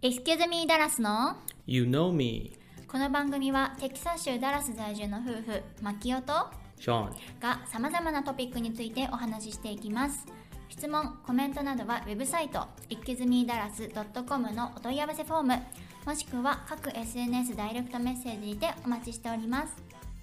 Excuse me ダラスの You know me, この番組はテキサス州ダラス在住の夫婦マキオと Sean. がさまざまなトピックについてお話ししていきます。質問、コメントなどはウェブサイト excusemedalas.com のお問い合わせフォームもしくは各 SNS ダイレクトメッセージにてお待ちしております。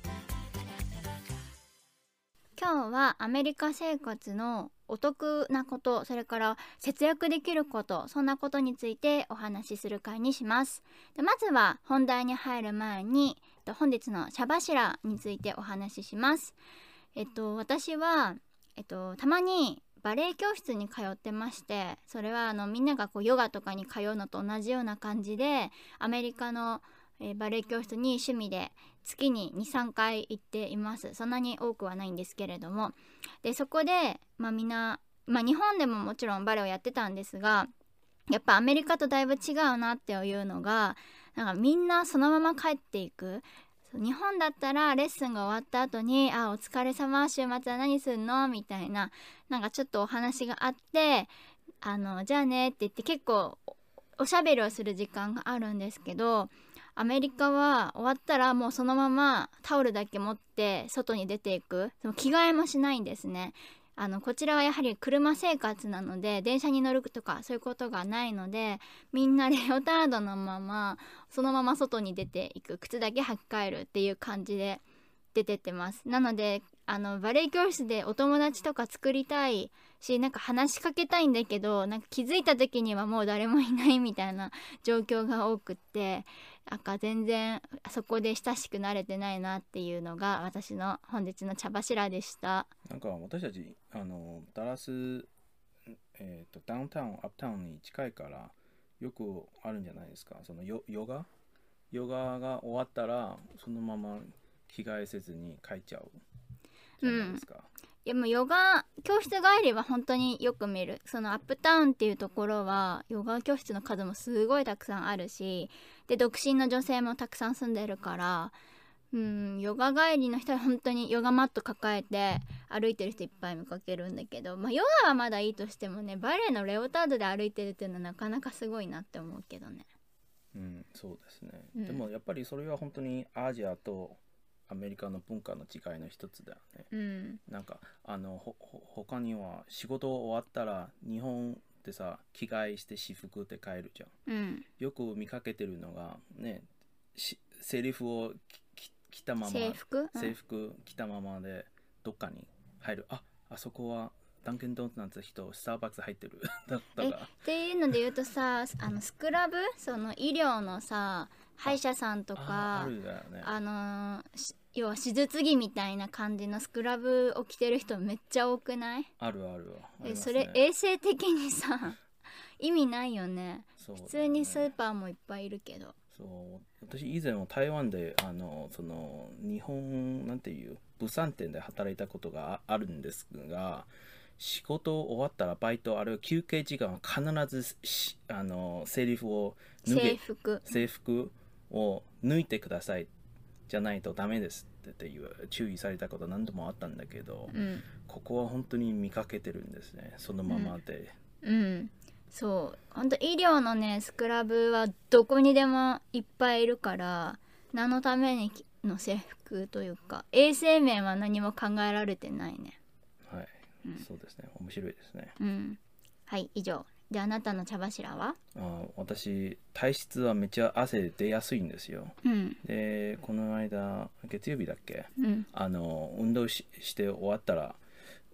今日はアメリカ生活のお得なこと、それから節約できること、そんなことについてお話しする回にします。でまずは本題に入る前に本日の茶柱についてお話しします。私は、たまにバレエ教室に通ってまして、それはみんながヨガとかに通うのと同じような感じでアメリカのバレエ教室に趣味で月に 2,3 回行っています。そんなに多くはないんですけれども、でそこで、みんな、日本でももちろんバレエをやってたんですが、やっぱアメリカとだいぶ違うなっていうのが、なんかみんなそのまま帰っていく。日本だったらレッスンが終わった後にお疲れ様、週末は何すんのみたいな、なんかちょっとお話があって、じゃあねって言って結構おしゃべりをする時間があるんですけど、アメリカは終わったらもうそのままタオルだけ持って外に出ていく。その着替えもしないんですね。こちらはやはり車生活なので電車に乗るとかそういうことがないので、みんなレオタードのままそのまま外に出ていく、靴だけ履き替えるっていう感じで出てってます。なのでバレエ教室でお友達とか作りたいし、なんか話しかけたいんだけど、なんか気づいた時にはもう誰もいないみたいな状況が多くって、なんか全然そこで親しくなれてないなっていうのが私の本日の茶柱でした。 なんか私たちダラス、ダウンタウン、アップタウンに近いからよくあるんじゃないですか。そのヨガが終わったらそのまま着替えせずに帰っちゃうじゃないですか。 いやもうヨガ教室帰りは本当によく見る。そのアップタウンっていうところはヨガ教室の数もすごいたくさんあるし、で独身の女性もたくさん住んでるから、ヨガ帰りの人は本当にヨガマット抱えて歩いてる人いっぱい見かけるんだけど、ヨガはまだいいとしてもね、バレエのレオタードで歩いてるっていうのはなかなかすごいなって思うけどね。 そうですね。でもやっぱりそれは本当にアジアとアメリカの文化の違いの一つだよね。なんか他には仕事終わったら日本ってさ、着替えして私服で帰るじゃん。よく見かけてるのがね、セリフを着たまま、制服着たままでどっかに入る。あそこはダンケンドーナツの人スターバックス入ってるだったかっていうので言うとさ、スクラブ、その医療のさ、歯医者さんとか、要は手術着みたいな感じのスクラブを着てる人めっちゃ多くない？ ある。 それ衛生的にさ意味ないよね。普通にスーパーもいっぱいいるけど。 私以前は台湾でその日本なんていう物産展で働いたことがあるんですが、仕事終わったらバイトあるいは休憩時間は必ずセリフを制服を脱いでくださいじゃないとダメですっていう注意されたこと何度もあったんだけど、ここは本当に見かけてるんですね、そのままで。 そう本当医療のねスクラブはどこにでもいっぱいいるから、何のためにの制服というか衛生面は何も考えられてないね。 はい、そうですね、面白いですね。 はい、以上で、あなたの茶柱は？ 私体質はめっちゃ汗出やすいんですよ。でこの間月曜日だっけ、運動して終わったら、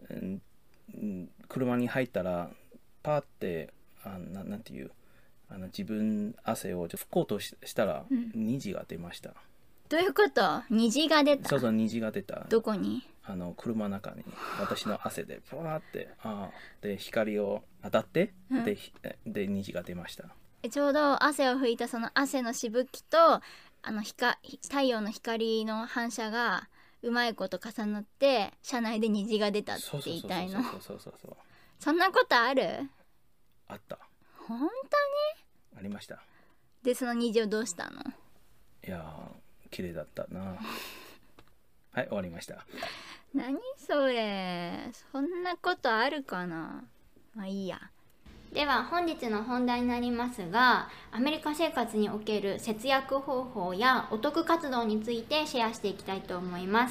車に入ったらパーってなんていう自分汗を拭こうとしたら虹が出ました。 どういうこと？虹が出た？ そう虹が出た。 どこに？ 車の中に私の汗でパーってで光を当たって、で虹が出ました。 ちょうど汗を拭いたその汗のしぶきと太陽の光の反射がうまいこと重なって車内で虹が出たって言いたいの？そんなことある？ あった。 本当に？ ありました。 でその虹をどうしたの？ いや綺麗だったなはい、終わりました。 何それ、そんなことあるかな。まあいいや。 では本日の本題になりますが、アメリカ生活における節約方法やお得活動についてシェアしていきたいと思います。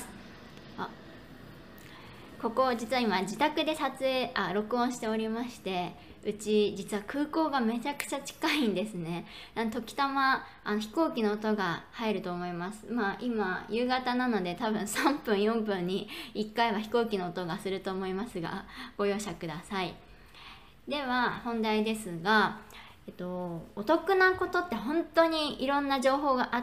ここ実は今自宅で録音しておりまして、うち実は空港がめちゃくちゃ近いんですね。時たま飛行機の音が入ると思います。今夕方なので多分3分4分に1回は飛行機の音がすると思いますが、ご容赦ください。では本題ですが、お得なことって本当にいろんな情報があって、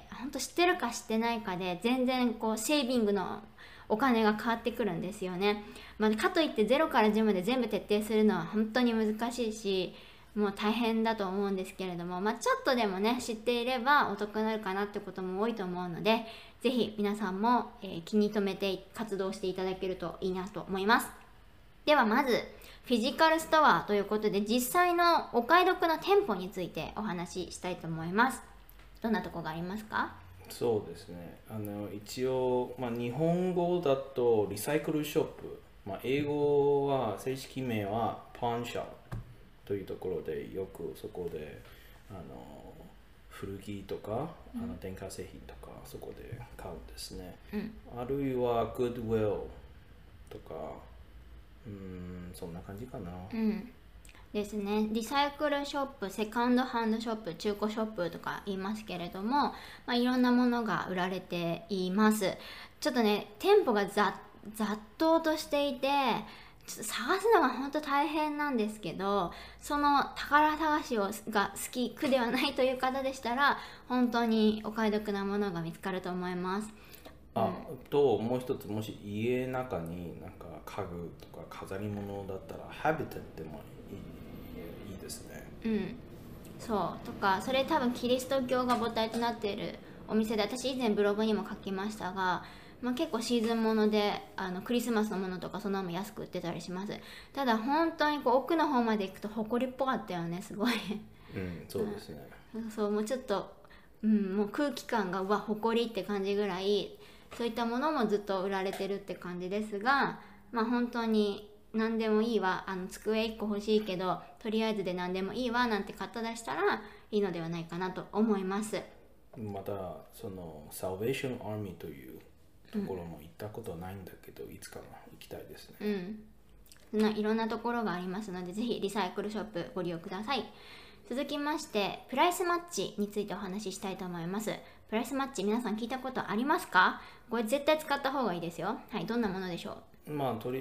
本当知ってるか知ってないかで全然セービングのお金が変わってくるんですよね。かといって0から10まで全部徹底するのは本当に難しいし、もう大変だと思うんですけれども、ちょっとでもね知っていればお得になるかなってことも多いと思うので、ぜひ皆さんも、気に留めて活動していただけるといいなと思います。ではまずフィジカルストアということで、実際のお買い得な店舗についてお話ししたいと思います。どんなとこがありますか？ そうですね、一応、日本語だとリサイクルショップ、英語は正式名はパンショップというところで、よくそこで古着とか電化製品とかそこで買うんですね、あるいはグッドウィルとか、そんな感じかな。 ですね。リサイクルショップ、セカンドハンドショップ、中古ショップとか言いますけれども、いろんなものが売られています。ちょっとね、店舗が雑踏としていて、ちょっと探すのが本当大変なんですけど、その宝探しが苦ではないという方でしたら、本当にお買い得なものが見つかると思います。 ともう一つ、もし家の中になんか家具とか飾り物だったらハビタットでもいいですね。 そうとか、それ多分キリスト教が母体となっているお店で、私以前ブログにも書きましたが、結構シーズンものでクリスマスのものとかそんなのも安く売ってたりします。ただ本当に奥の方まで行くと埃っぽかったよね、すごい。 そうですね。 そうもうちょっと、もう空気感が埃って感じぐらい、そういったものもずっと売られてるって感じですが、本当に何でもいいわ、机1個欲しいけどとりあえずで何でもいいわなんて方でしたらいいのではないかなと思います。 またそのサルベーションアーミーというところも行ったことはないんだけど、いつか行きたいですね。 いろんなところがありますので、ぜひリサイクルショップご利用ください。続きましてプライスマッチについてお話ししたいと思います。プライスマッチ、皆さん聞いたことありますか？これ絶対使った方がいいですよ。どんなものでしょう？ そ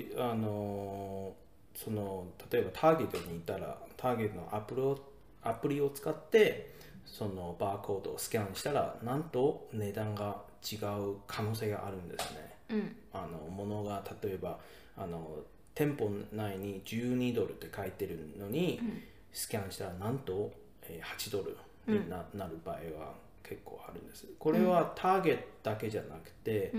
の例えばターゲットにいたら、ターゲットのアプリを使ってそのバーコードをスキャンしたら、なんと値段が違う可能性があるんですね。物が例えば店舗内に12ドルって書いてるのに、スキャンしたらなんと8ドルになる場合は結構あるんです。これはターゲットだけじゃなくて、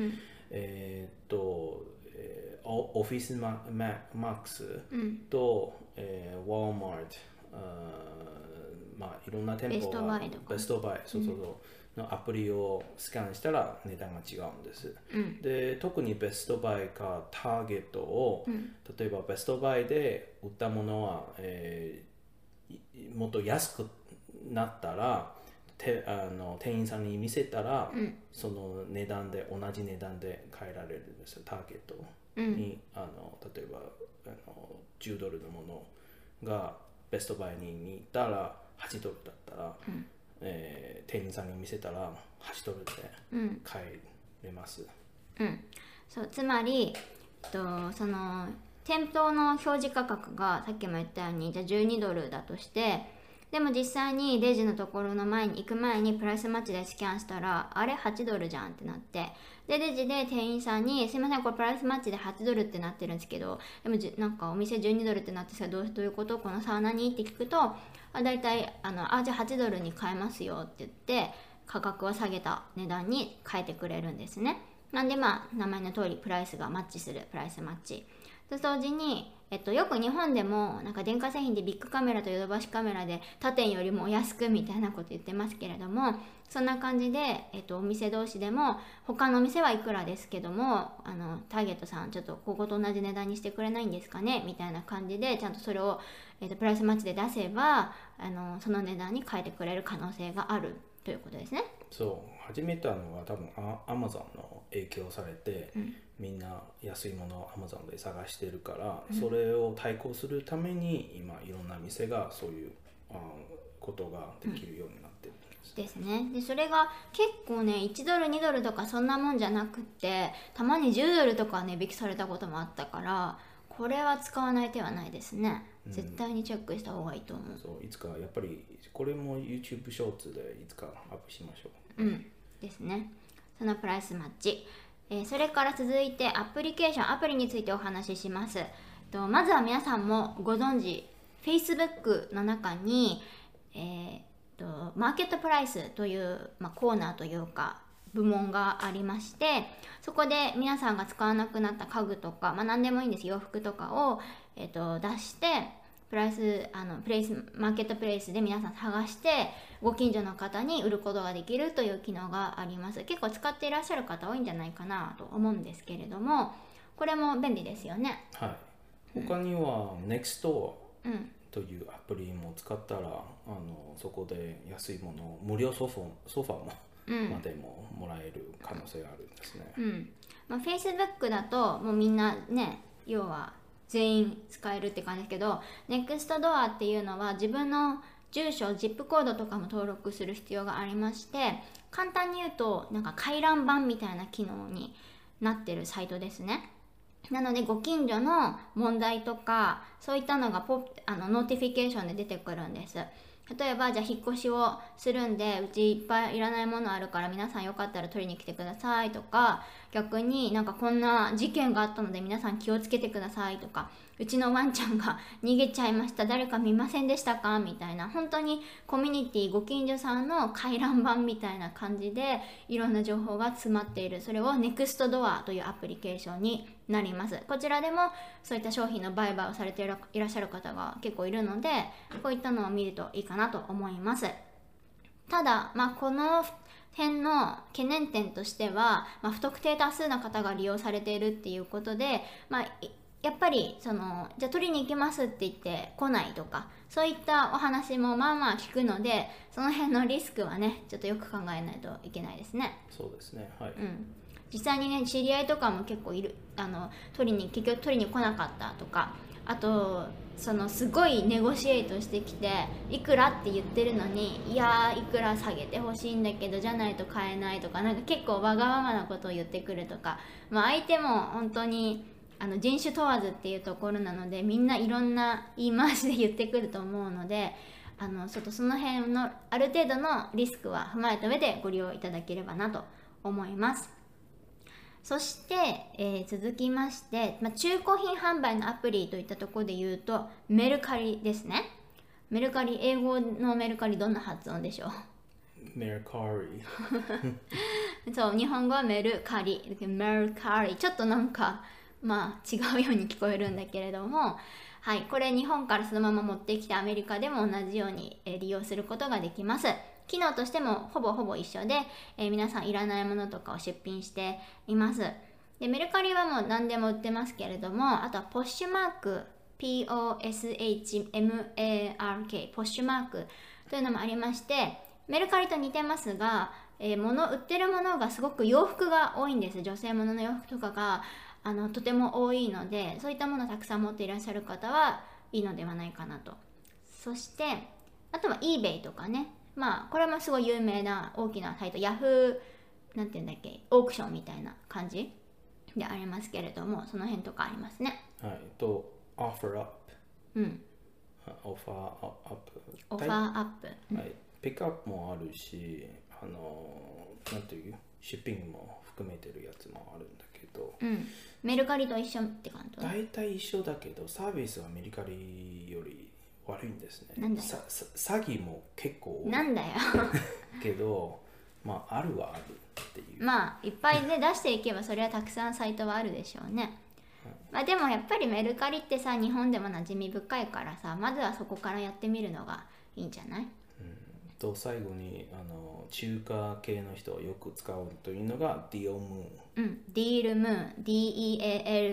オフィスマックスと、ウォーマート、いろんな店舗がベストバイのアプリをスキャンしたら値段が違うんです。で、特にベストバイかターゲットを、例えばベストバイで売ったものは、もっと安くなったら、店員さんに見せたら、その値段で同じ値段で買えられるんですよ。ターゲットに、例えば10ドルのものがベストバイに行ったら8ドルだったら、店員さんに見せたら8ドルで買えれます。 そう、つまり、その店頭の表示価格がさっきも言ったようにじゃあ12ドルだとして、でも実際にレジのところの前に行く前にプライスマッチでスキャンしたら、あれ8ドルじゃんってなって、でレジで店員さんにすいませんこれプライスマッチで8ドルってなってるんですけど、でもなんかお店12ドルってなってさ、どういうこと、この差は何って聞くと、だいたいじゃあ8ドルに買えますよって言って価格を下げた値段に変えてくれるんですね。なんで名前の通りプライスがマッチするプライスマッチと同時に、よく日本でもなんか電化製品でビッグカメラとヨドバシカメラで他店よりもお安くみたいなこと言ってますけれども、そんな感じで、お店同士でも他のお店はいくらですけどもターゲットさんちょっとここと同じ値段にしてくれないんですかねみたいな感じでちゃんとそれを、プライスマッチで出せばその値段に変えてくれる可能性があるということですね。 そう始めたのは多分アマゾンの影響されて、みんな安いものをアマゾンで探してるから、それを対抗するために今いろんな店がそういうことができるようになってるんですね。でそれが結構ね1ドル2ドルとかそんなもんじゃなくってたまに10ドルとか値引きされたこともあったから、これは使わない手はないですね。絶対にチェックした方がいいと思う。 そういつかやっぱりこれも YouTube ショーツでいつかアップしましょう。ですね。そのプライスマッチ、それから続いてアプリケーションアプリについてお話しします。まずは皆さんもご存知 Facebook の中に、マーケットプライスという、コーナーというか部門がありまして、そこで皆さんが使わなくなった家具とか、何でもいいんです、洋服とかを、出してマーケットプレイスで皆さん探してご近所の方に売ることができるという機能があります。結構使っていらっしゃる方多いんじゃないかなと思うんですけれども、これも便利ですよね。 はい。他には Nextdoor というアプリも使ったら、そこで安いもの無料ソファーもまでももらえる可能性があるんですね。 Facebook だともうみんなね、要は全員使えるって感じですけど、 Nextdoor っていうのは自分の住所 ZIP コードとかも登録する必要がありまして、簡単に言うとなんか回覧板みたいな機能になってるサイトですね。なのでご近所の問題とかそういったのがノーティフィケーションで出てくるんです。例えばじゃあ引っ越しをするんでうちいっぱいいらないものあるから皆さんよかったら取りに来てくださいとか、逆になんかこんな事件があったので皆さん気をつけてくださいとか、うちのワンちゃんが逃げちゃいました誰か見ませんでしたかみたいな、本当にコミュニティご近所さんの回覧板みたいな感じでいろんな情報が詰まっている、それを Nextdoor というアプリケーションになります。こちらでもそういった商品の売買をされていらっしゃる方が結構いるので、こういったのを見るといいかなと思います。ただ、この辺の懸念点としては、不特定多数の方が利用されているっていうことで、やっぱりじゃあ取りに行きますって言って来ないとか、そういったお話も聞くので、その辺のリスクはねちょっとよく考えないといけないですね。 そうですね、はい。 実際にね知り合いとかも結構いる、結局取りに来なかったとか、あとすごいネゴシエイトしてきていくらって言ってるのに、いやいくら下げてほしいんだけどじゃないと買えないとか、なんか結構わがままなことを言ってくるとか、相手も本当に人種問わずっていうところなので、みんないろんな言い回しで言ってくると思うので、ちょっとその辺のある程度のリスクは踏まえた上でご利用いただければなと思います。そして、続きまして、中古品販売のアプリといったところで言うとメルカリですね。メルカリ、英語のメルカリどんな発音でしょう？ メルカリそう、日本語はメルカリ、メルカリちょっとなんか違うように聞こえるんだけれども、はい、これ日本からそのまま持ってきてアメリカでも同じように利用することができます。機能としてもほぼ一緒で、皆さんいらないものとかを出品しています。でメルカリはもう何でも売ってますけれども、あとはポッシュマーク POSHMARK ポッシュマークというのもありまして、メルカリと似てますが、売ってるものがすごく洋服が多いんです。女性ものの洋服とかがとても多いので、そういったものをたくさん持っていらっしゃる方はいいのではないかなと。そしてあとは eBay とかね、これもすごい有名な大きなサイト、ヤフーなんていうんだっけ、オークションみたいな感じでありますけれども、その辺とかありますね。 はい、と OfferUp、オファーアップ、はい、ピックアップもあるし、なんていうシッピングも含めてるやつもあるんだけど、 メルカリと一緒って感じ？ 大体一緒だけどサービスはメルカリより悪いんですね。 なんだよ。 詐欺も結構多い。 なんだよけどあるはあるっていう。 いっぱいね出していけばそれはたくさんサイトはあるでしょうね。 まあでもやっぱりメルカリってさ、日本でも馴染み深いからさ、まずはそこからやってみるのがいいんじゃない？ と最後に中華系の人をよく使うというのがディオムーン。 ディールムーン、DEALMOON、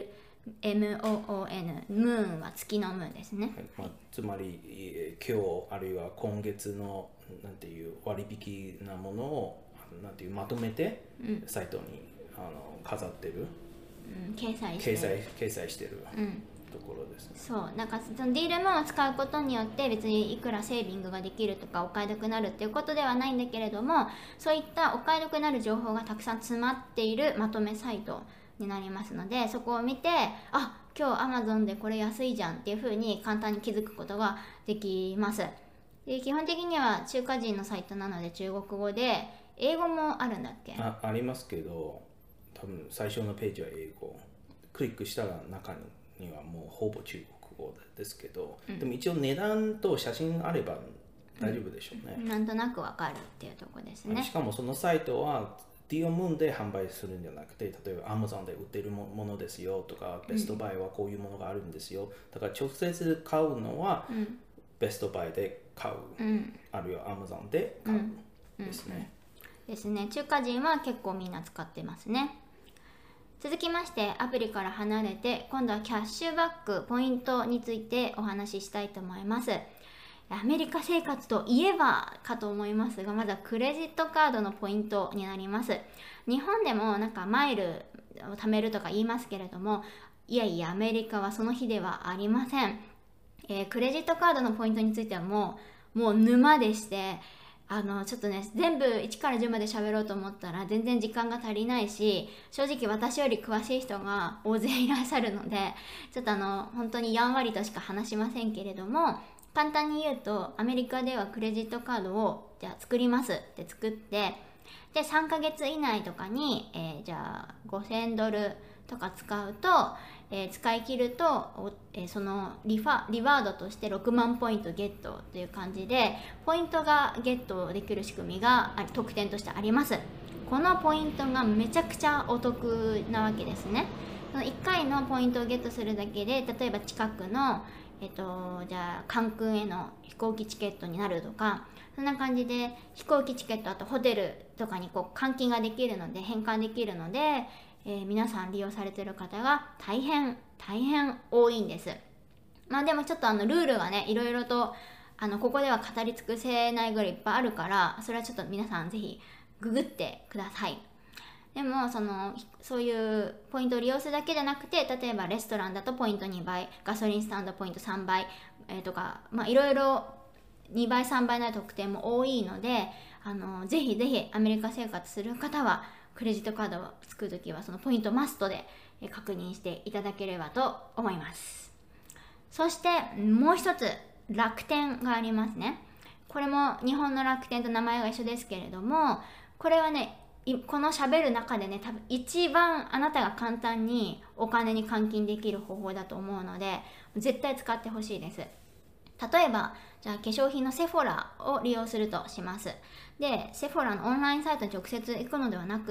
ムーンは月のムーンですね。 つまり今日あるいは今月のなんていう割引なものをなんていうまとめてサイトに飾ってる、掲載してる。ところですね。 そうなんかそのディールムーンを使うことによって別にいくらセービングができるとかお買い得になるっていうことではないんだけれども、そういったお買い得になる情報がたくさん詰まっているまとめサイトになりますので、そこを見て今日 Amazon でこれ安いじゃんっていう風に簡単に気づくことができます。で基本的には中華人のサイトなので中国語で、英語もあるんだっけ？ ありますけど、多分最初のページは英語、クリックしたら中にはもうほぼ中国語ですけど、でも一応値段と写真あれば大丈夫でしょうね。 なんとなくわかるっていうところですね。 しかもそのサイトはディオムーンで販売するんじゃなくて、例えば Amazon で売ってるものですよとか、ベストバイはこういうものがあるんですよ。だから直接買うのはベストバイで買う、あるいは Amazon で買うですね。 ですね。中華人は結構みんな使ってますね。続きましてアプリから離れて今度はキャッシュバックポイントについてお話ししたいと思います。アメリカ生活といえばかと思いますが、まずはクレジットカードのポイントになります。日本でもなんかマイルを貯めるとか言いますけれども、いやいやアメリカはその日ではありません。クレジットカードのポイントについてはもう沼でして、ちょっとね全部1から10まで喋ろうと思ったら全然時間が足りないし、正直私より詳しい人が大勢いらっしゃるので、ちょっと本当にやんわりとしか話しませんけれども、簡単に言うとアメリカではクレジットカードをじゃあ作りますって作って、で3ヶ月以内とかに、じゃあ$5000とか使うと、使い切ると、そのリワードとして6万ポイントゲットという感じでポイントがゲットできる仕組みが特典としてあります。このポイントがめちゃくちゃお得なわけですね。その1回のポイントをゲットするだけで、例えば近くのじゃあカンクンへの飛行機チケットになるとか、そんな感じで飛行機チケット、あとホテルとかに換金ができるので変換できるので、皆さん利用されている方が大変多いんです。まあでもちょっとルールがねいろいろとここでは語り尽くせないぐらいいっぱいあるから、それはちょっと皆さんぜひググってください。でもそういうポイントを利用するだけじゃなくて、例えばレストランだとポイント2倍、ガソリンスタンドポイント3倍、とかいろいろ2倍3倍の特典も多いので、ぜひアメリカ生活する方はクレジットカードを作るときはそのポイントマストで確認していただければと思います。そしてもう一つ楽天がありますね。これも日本の楽天と名前が一緒ですけれども、これはねこの喋る中でね多分一番あなたが簡単にお金に換金できる方法だと思うので、絶対使ってほしいです。例えばじゃあ化粧品のセフォラを利用するとします。でセフォラのオンラインサイトに直接行くのではなくって、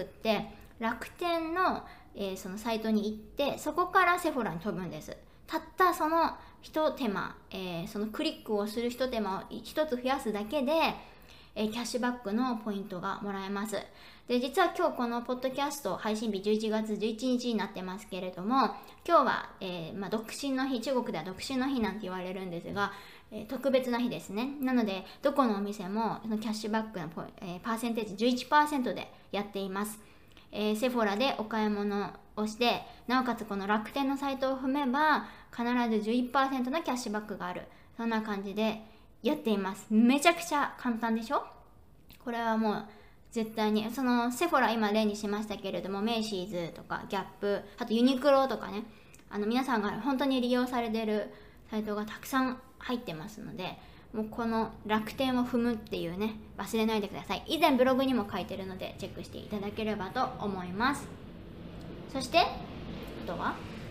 楽天の、そのサイトに行ってそこからセフォラに飛ぶんです。たったその一手間、そのクリックをする一手間を一つ増やすだけで、キャッシュバックのポイントがもらえます。で実は今日このポッドキャスト配信日11月11日になってますけれども、今日は、独身の日、中国では独身の日なんて言われるんですが、特別な日ですね。なのでどこのお店もそのキャッシュバックのパーセンテージ 11% でやっています。セフォラでお買い物をして、なおかつこの楽天のサイトを踏めば必ず 11% のキャッシュバックがある、そんな感じでやっています。めちゃくちゃ簡単でしょ。これはもう絶対にそのセフォラ今例にしましたけれども、メイシーズとかギャップ、あとユニクロとかね、皆さんが本当に利用されているサイトがたくさん入ってますので、もうこの楽天を踏むっていうね忘れないでください。以前ブログにも書いてるのでチェックしていただければと思います。そしてあとは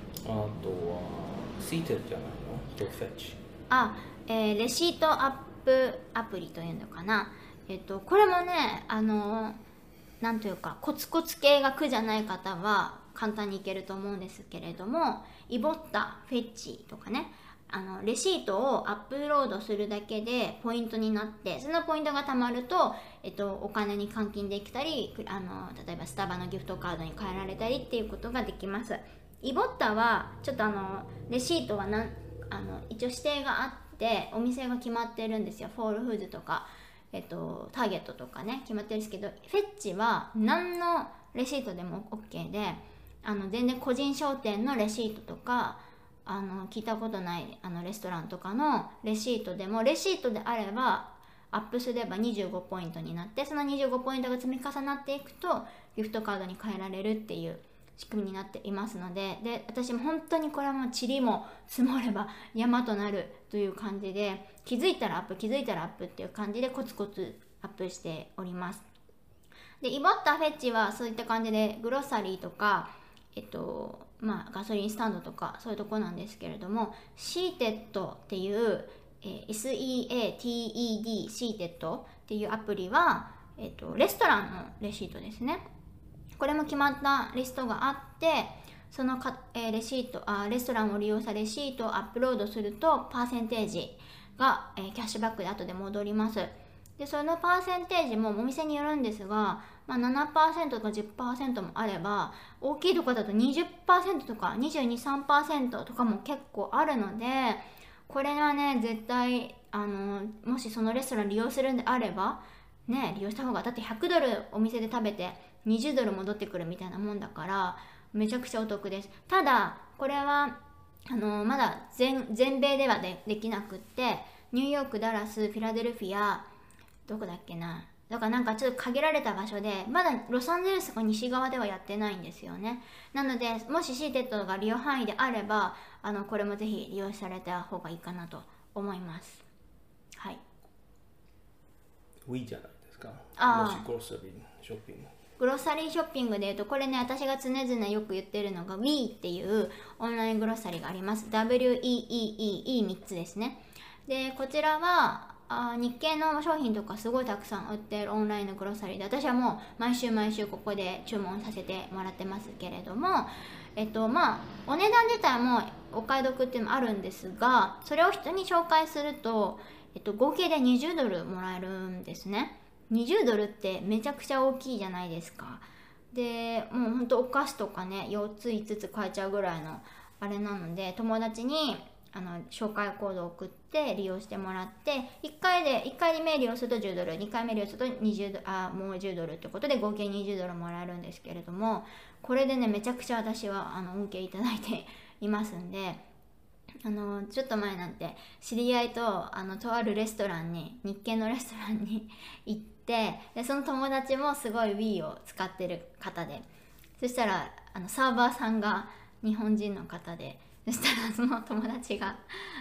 シーテルじゃないのとフェッチ、 レシートアップアプリというのかな。これもねなんというかコツコツ系が苦じゃない方は簡単にいけると思うんですけれども、イボッタ、フェッチとかね、レシートをアップロードするだけでポイントになって、そのポイントが貯まると、お金に換金できたり、例えばスタバのギフトカードに変えられたりっていうことができます。イボッタはちょっとレシートは一応指定があってお店が決まってるんですよ。フォールフーズとか、ターゲットとかね決まってるんですけど、フェッチは何のレシートでも OK で、全然個人商店のレシートとか聞いたことないレストランとかのレシートでも、レシートであればアップすれば25ポイントになって、その25ポイントが積み重なっていくとギフトカードに変えられるっていう仕組みになっていますので、私も本当にこれはもう塵も積もれば山となるという感じで、気づいたらアップ気づいたらアップっていう感じでコツコツアップしております。でイボッタフェッチはそういった感じでグロッサリーとかガソリンスタンドとかそういうとこなんですけれども、シーテッドっていう、SEATED シーテッドっていうアプリは、レストランのレシートですね。これも決まったリストがあって、そのレシートレストランを利用したレシートをアップロードするとパーセンテージが、キャッシュバックで後で戻ります。でそのパーセンテージもお店によるんですが、7% とか 10% もあれば、大きいところだと 20% とか 22-3% とかも結構あるので、これはね絶対もしそのレストラン利用するんであればね利用した方が、だって100ドルお店で食べて20ドル戻ってくるみたいなもんだからめちゃくちゃお得です。ただこれはまだ全米では できなくって、ニューヨーク、ダラス、フィラデルフィア、どこだっけな、だからなんかちょっと限られた場所で、まだロサンゼルスとか西側ではやってないんですよね。なのでもしシーテッドが利用範囲であればこれもぜひ利用された方がいいかなと思います。はい。 ウィーじゃないですか。 もしグロッサリーショッピング。 グロッサリーショッピングでいうと、これね私が常々よく言ってるのが WE っていうオンライングロッサリーがあります。 WEEE3 つですね。でこちらは日系の商品とかすごいたくさん売ってるオンラインのグロッサリーで、私はもう毎週ここで注文させてもらってますけれども、お値段自体もお買い得っていうのもあるんですが、それを人に紹介すると、合計で20ドルもらえるんですね。20ドルってめちゃくちゃ大きいじゃないですか。でもうほんとお菓子とかね4つ5つ買えちゃうぐらいのあれなので、友達に紹介コードを送って利用してもらって、1回目利用すると10ドル、2回目利用するともう10ドルってことで合計20ドルもらえるんですけれども、これでねめちゃくちゃ私は恩恵いただいていますんで、ちょっと前なんて知り合いととあるレストランに、日系のレストランに行って、でその友達もすごい Wii を使ってる方で、そしたらサーバーさんが日本人の方で、そしたらその友達が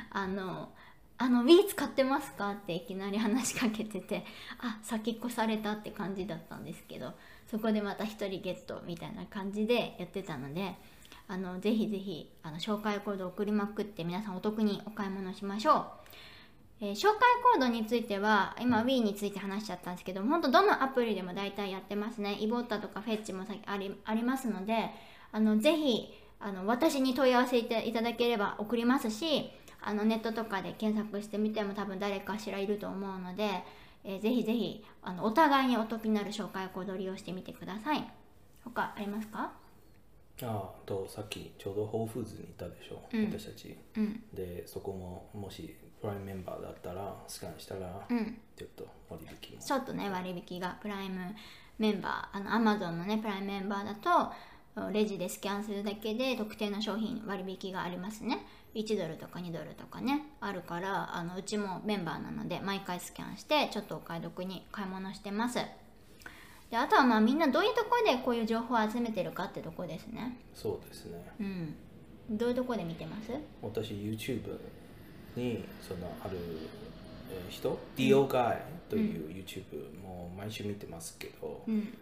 Wii 使ってますかっていきなり話しかけてて、先っこされたって感じだったんですけど、そこでまた一人ゲットみたいな感じでやってたので、ぜひぜひ紹介コードを送りまくって皆さんお得にお買い物しましょう。紹介コードについては今 Wii について話しちゃったんですけど、本当どのアプリでも大体やってますね。イボッタとかフェッチもありますので、ぜひ私に問い合わせいただければ送りますし、ネットとかで検索してみても多分誰かしらいると思うので、ぜひぜひお互いにお得になる紹介コードを利用してみてください。他ありますか？ さっきちょうどホールフーズに行ったでしょ、私たち、でそこももしプライムメンバーだったらスキャンしたら、ちょっと割引もちょっとね割引が、プライムメンバーAmazon のねプライムメンバーだとレジでスキャンするだけで特定の商品割引がありますね。1ドルとか2ドルとかねあるから、うちもメンバーなので毎回スキャンしてちょっとお買い得に買い物してます。であとはみんなどういうところでこういう情報を集めてるかってとこですね。 そうですね。 どういうところで見てます？ 私 YouTube にある人、DO ガイという YouTube も毎週見てますけど、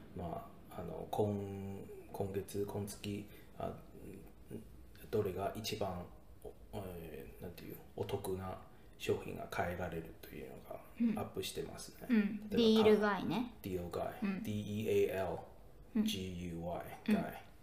今月どれが一番なんていうお得な商品が変えられるというのがアップしてますね。 ディールガイね。 DO ガイ、DEALGUY ガイ。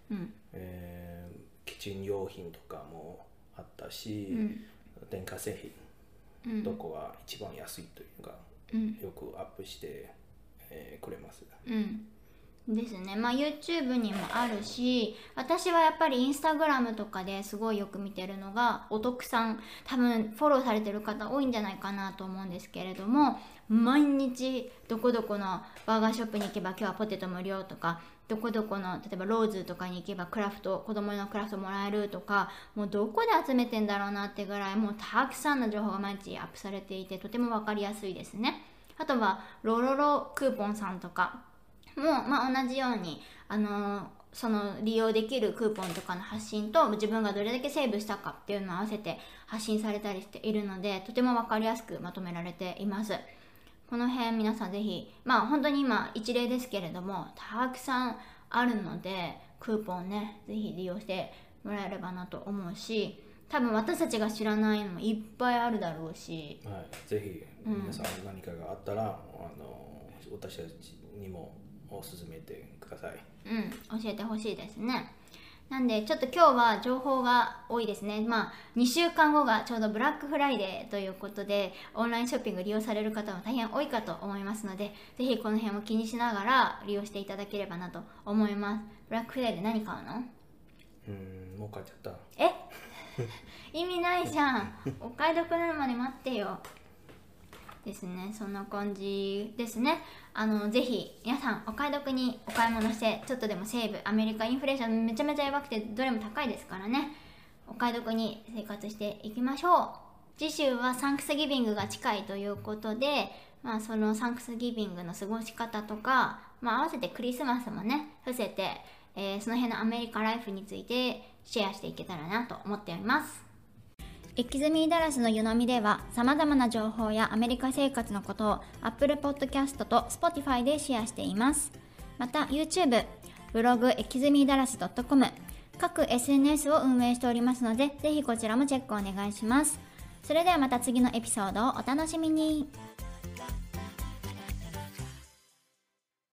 キッチン用品とかもあったし、電化製品、どこが一番安いというのが、よくアップして、くれます。 ですね。YouTube にもあるし、私はやっぱりインスタグラムとかですごいよく見てるのがお得さん、多分フォローされてる方多いんじゃないかなと思うんですけれども、毎日どこどこのバーガーショップに行けば今日はポテト無料とか、どこどこの例えばローズとかに行けばクラフト、子供のクラフトもらえるとか、もうどこで集めてんだろうなってぐらい、もうたくさんの情報が毎日アップされていて、とても分かりやすいですね。あとはロロロクーポンさんとかも、同じようにその利用できるクーポンとかの発信と自分がどれだけセーブしたかっていうのを合わせて発信されたりしているので、とても分かりやすくまとめられています。この辺皆さんぜひ、本当に今一例ですけれどもたくさんあるので、クーポンねぜひ利用してもらえればなと思うし、多分私たちが知らないのもいっぱいあるだろうし、 ぜひ皆さん何かがあったら、私たちにもおすすめてください。 教えてほしいですね。なんでちょっと今日は情報が多いですね。2週間後がちょうどブラックフライデーということで、オンラインショッピング利用される方も大変多いかと思いますので、ぜひこの辺を気にしながら利用していただければなと思います。ブラックフライデー何買うの？ もう買っちゃった。 意味ないじゃん。お買い得なるまで待ってよ。ですね、そんな感じですね。ぜひ皆さんお買い得にお買い物して、ちょっとでもセーブ、アメリカインフレーションめちゃめちゃやばくてどれも高いですからね、お買い得に生活していきましょう。次週はサンクスギビングが近いということで、そのサンクスギビングの過ごし方とか、合わせてクリスマスもね伏せて、その辺のアメリカライフについてシェアしていけたらなと思っております。エキズミーダラスの湯飲みでは様々な情報やアメリカ生活のことを Apple Podcast と Spotify でシェアしています。また YouTube、ブログエキズミーダラス .com、 各 SNS を運営しておりますので、ぜひこちらもチェックお願いします。それではまた次のエピソードをお楽しみに。